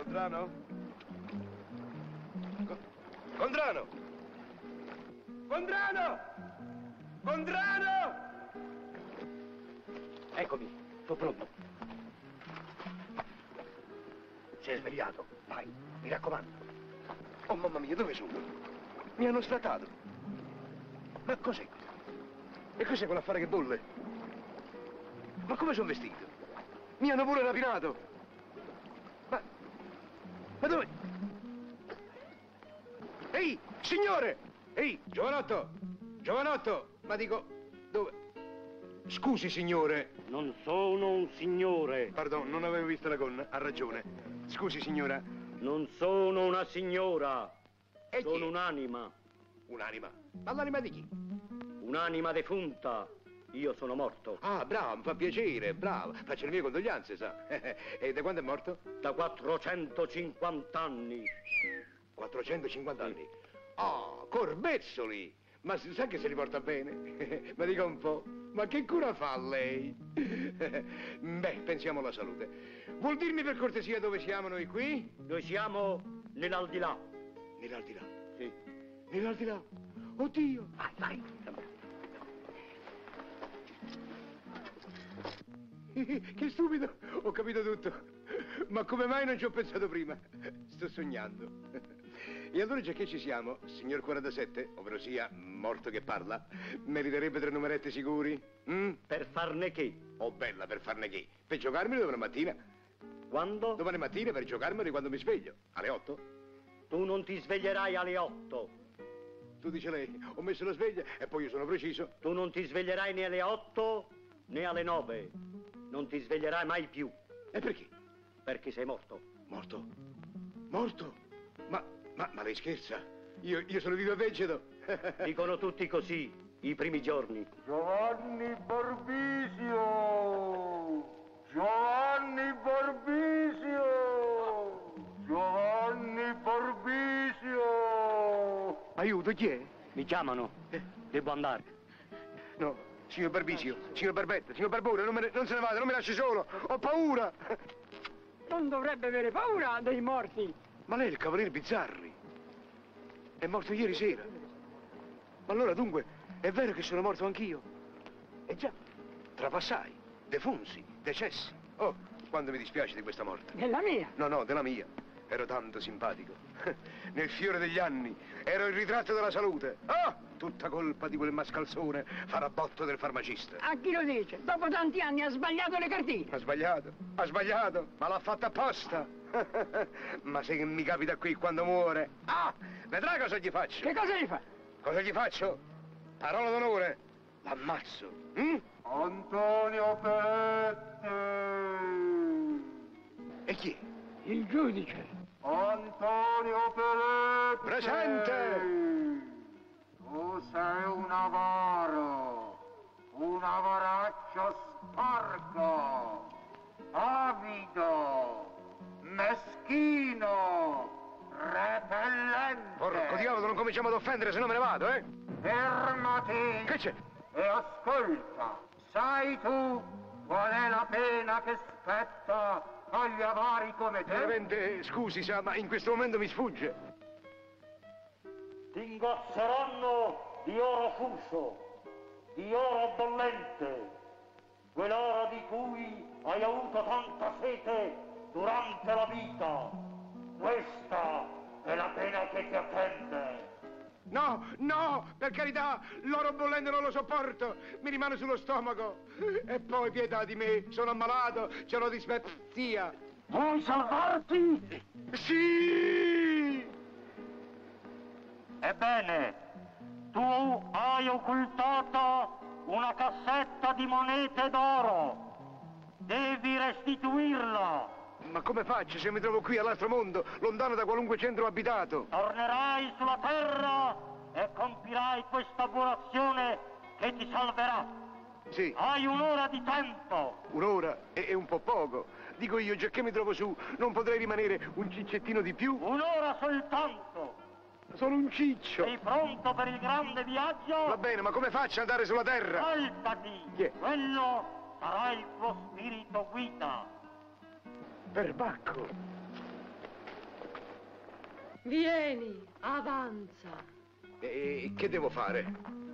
Contrano? Contrano! Contrano! Contrano! Eccomi, sto pronto. Si è svegliato. Vai, mi raccomando. Oh, mamma mia, dove sono? Mi hanno sfrattato. Ma cos'è? E cos'è quell'affare che bolle? Ma come sono vestito? Mi hanno pure rapinato. Ma dove? Ehi, signore! Ehi, giovanotto! Giovanotto! Ma dico, dove? Scusi, signore. Non sono un signore. Pardon, non avevo visto la gonna, ha ragione. Scusi, signora. Non sono una signora. E sono chi? un'anima. Un'anima? Ma l'anima di chi? Un'anima defunta. Io sono morto. Ah, bravo, mi fa piacere, bravo. Faccio le mie condoglianze, sa. E da quando è morto? Da 450 anni. 450 anni? Oh, corbezzoli! Ma sa che se li porta bene? Ma dica un po', ma che cura fa lei? Beh, pensiamo alla salute. Vuol dirmi per cortesia dove siamo noi qui? Noi siamo nell'aldilà. Nell'aldilà? Sì. Nell'aldilà? Oddio! Vai, vai. Che stupido! Ho capito tutto. Ma come mai non ci ho pensato prima? Sto sognando. E allora già che ci siamo, signor 47, ovvero sia morto che parla, meriterebbe 3 numeretti sicuri? Per farne che? Oh bella, per farne che? Per giocarmeli domani mattina? Quando? Domani mattina per giocarmeli quando mi sveglio. Alle 8? Tu non ti sveglierai alle 8. Tu dice lei, ho messo la sveglia e poi io sono preciso. Tu non ti sveglierai né alle 8 né alle 9. Non ti sveglierai mai più. E perché? Perché sei morto. Morto? Morto? Ma lei scherza? Io sono vivo e vegeto. Dicono tutti così, i primi giorni. Giovanni Borbisio! Giovanni Borbisio! Giovanni Borbisio! Aiuto, chi è? Mi chiamano. Devo andare. No, signor Barbisio, signor Barbetta, signor Barbone, non se ne vada, non mi lasci solo, ho paura! Non dovrebbe avere paura dei morti. Ma lei è il cavaliere Bizzarri. È morto ieri sera. Ma allora dunque, è vero che sono morto anch'io? E già, trapassai, defunsi, decessi. Oh, quando mi dispiace di questa morte. Della mia. No, della mia. Ero tanto simpatico. Nel fiore degli anni ero il ritratto della salute. Ah! Tutta colpa di quel mascalzone farabotto del farmacista. A chi lo dice? Dopo tanti anni ha sbagliato le cartine. Ha sbagliato, ma l'ha fatta apposta. Ma se mi capita qui quando muore, vedrà cosa gli faccio. Che cosa gli fa? Cosa gli faccio? Parola d'onore, l'ammazzo. Antonio Peretti! E chi è? Il giudice. Antonio Peretti! Presente! Tu sei un avaro, un avaraccio sporco, avido, meschino, repellente. Porco diavolo, non cominciamo ad offendere, se no me ne vado, eh? Fermati! Che c'è? E ascolta, sai tu qual è la pena che spetta agli avari come te? Veramente, scusi, sa, ma in questo momento mi sfugge. Ti ingozzeranno di oro fuso, di oro bollente, quell'oro di cui hai avuto tanta sete durante la vita. Questa è la pena che ti attende. No, per carità, l'oro bollente non lo sopporto, mi rimane sullo stomaco. E poi pietà di me, sono ammalato, c'è una dispepsia. Vuoi salvarti? Sì! Ebbene, tu hai occultato una cassetta di monete d'oro. Devi restituirla. Ma come faccio se mi trovo qui all'altro mondo, lontano da qualunque centro abitato? Tornerai sulla terra e compirai questa buona azione che ti salverà. Sì, Hai un'ora di tempo. un'ora è un po' poco. Dico io, già che mi trovo su, non potrei rimanere un ciccettino di più? Un'ora soltanto. Sono un ciccio. Sei pronto per il grande viaggio? Va bene, ma come faccio ad andare sulla terra? Alzati. Chi è? Quello sarà il tuo spirito guida. Perbacco. Vieni, avanza. E che devo fare?